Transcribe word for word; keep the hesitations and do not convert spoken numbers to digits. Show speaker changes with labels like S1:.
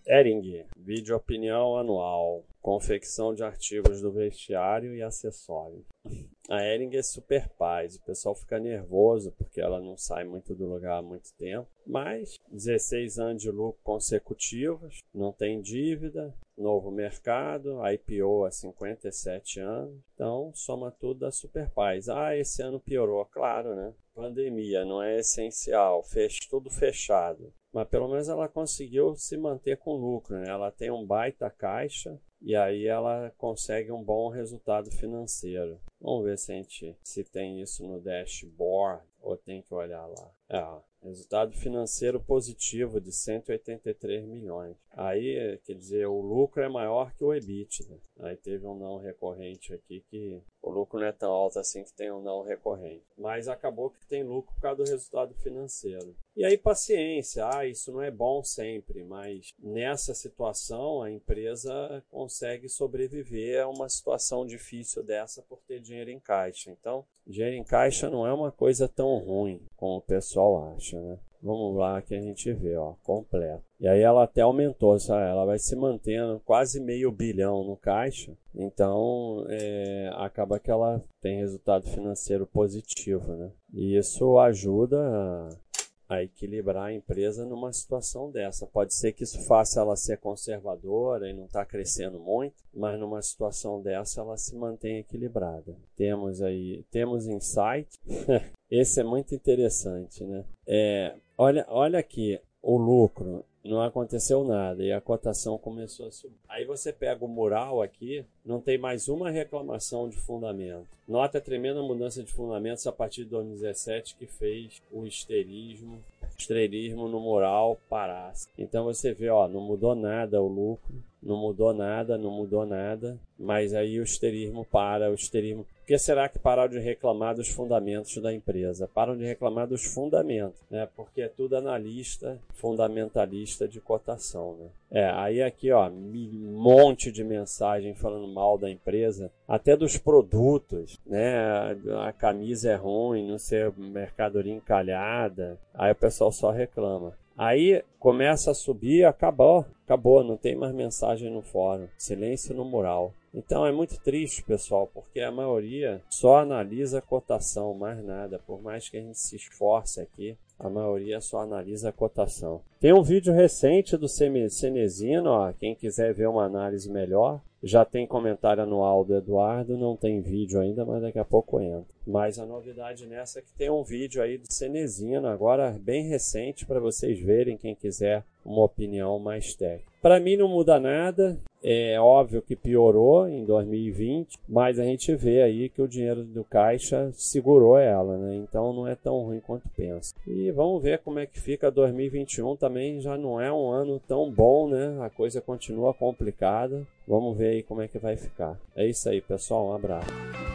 S1: Hering, vídeo opinião anual, confecção de artigos do vestiário e acessórios. A Hering é super paz, o pessoal fica nervoso porque ela não sai muito do lugar há muito tempo, mas dezesseis anos de lucro consecutivos, não tem dívida, novo mercado, I P O há cinquenta e sete anos, então soma tudo da super paz. Ah, esse ano piorou, claro, né? Pandemia não é essencial, fez tudo fechado, mas pelo menos ela conseguiu se manter com lucro, né? Ela tem um baita caixa e aí ela consegue um bom resultado financeiro. Vamos ver se a gente se tem isso no dashboard ou tem que olhar lá. É, resultado financeiro positivo de cento e oitenta e três milhões. Aí, quer dizer, o lucro é maior que o EBITDA. Aí teve um não recorrente aqui que o lucro não é tão alto assim que tem um não recorrente. Mas acabou que tem lucro por causa do resultado financeiro. E aí paciência, ah, isso não é bom sempre, mas nessa situação a empresa consegue sobreviver a uma situação difícil dessa por ter dinheiro em caixa. Então, dinheiro em caixa não é uma coisa tão ruim como o pessoal acha, né? Vamos lá que a gente vê, ó, completo. E aí ela até aumentou, sabe? Ela vai se mantendo quase meio bilhão no caixa, então é, acaba que ela tem resultado financeiro positivo, né? E isso ajuda a, a equilibrar a empresa numa situação dessa. Pode ser que isso faça ela ser conservadora e não está crescendo muito, mas numa situação dessa ela se mantém equilibrada. Temos aí, temos insight. Esse é muito interessante, né? É, olha, olha aqui, o lucro, não aconteceu nada e a cotação começou a subir. Aí você pega o mural aqui, não tem mais uma reclamação de fundamento. Nota a tremenda mudança de fundamentos a partir de dois mil e dezessete que fez o histerismo, histerismo no mural parar. Então você vê, ó, não mudou nada o lucro, não mudou nada, não mudou nada, mas aí o histerismo para, o histerismo... Por que será que pararam de reclamar dos fundamentos da empresa? Param de reclamar dos fundamentos, né? Porque é tudo analista, fundamentalista de cotação, né? É, aí aqui, ó, um monte de mensagem falando mal da empresa, até dos produtos, né? A, a camisa é ruim, não sei, mercadoria encalhada, aí o pessoal só reclama. Aí começa a subir, acabou, acabou, não tem mais mensagem no fórum, silêncio no mural. Então é muito triste, pessoal, porque a maioria só analisa a cotação, mais nada. Por mais que a gente se esforce aqui, a maioria só analisa a cotação. Tem um vídeo recente do Cenezino, ó, quem quiser ver uma análise melhor. Já tem comentário anual do Eduardo, não tem vídeo ainda, mas daqui a pouco entra. Mas a novidade nessa é que tem um vídeo aí do Cenezino, agora bem recente, para vocês verem, quem quiser uma opinião mais técnica. Para mim não muda nada, é óbvio que piorou em dois mil e vinte, mas a gente vê aí que o dinheiro do caixa segurou ela, né? Então não é tão ruim quanto pensa. E vamos ver como é que fica dois mil e vinte e um, também já não é um ano tão bom, né? A coisa continua complicada. Vamos ver aí como é que vai ficar. É isso aí, pessoal. Um abraço.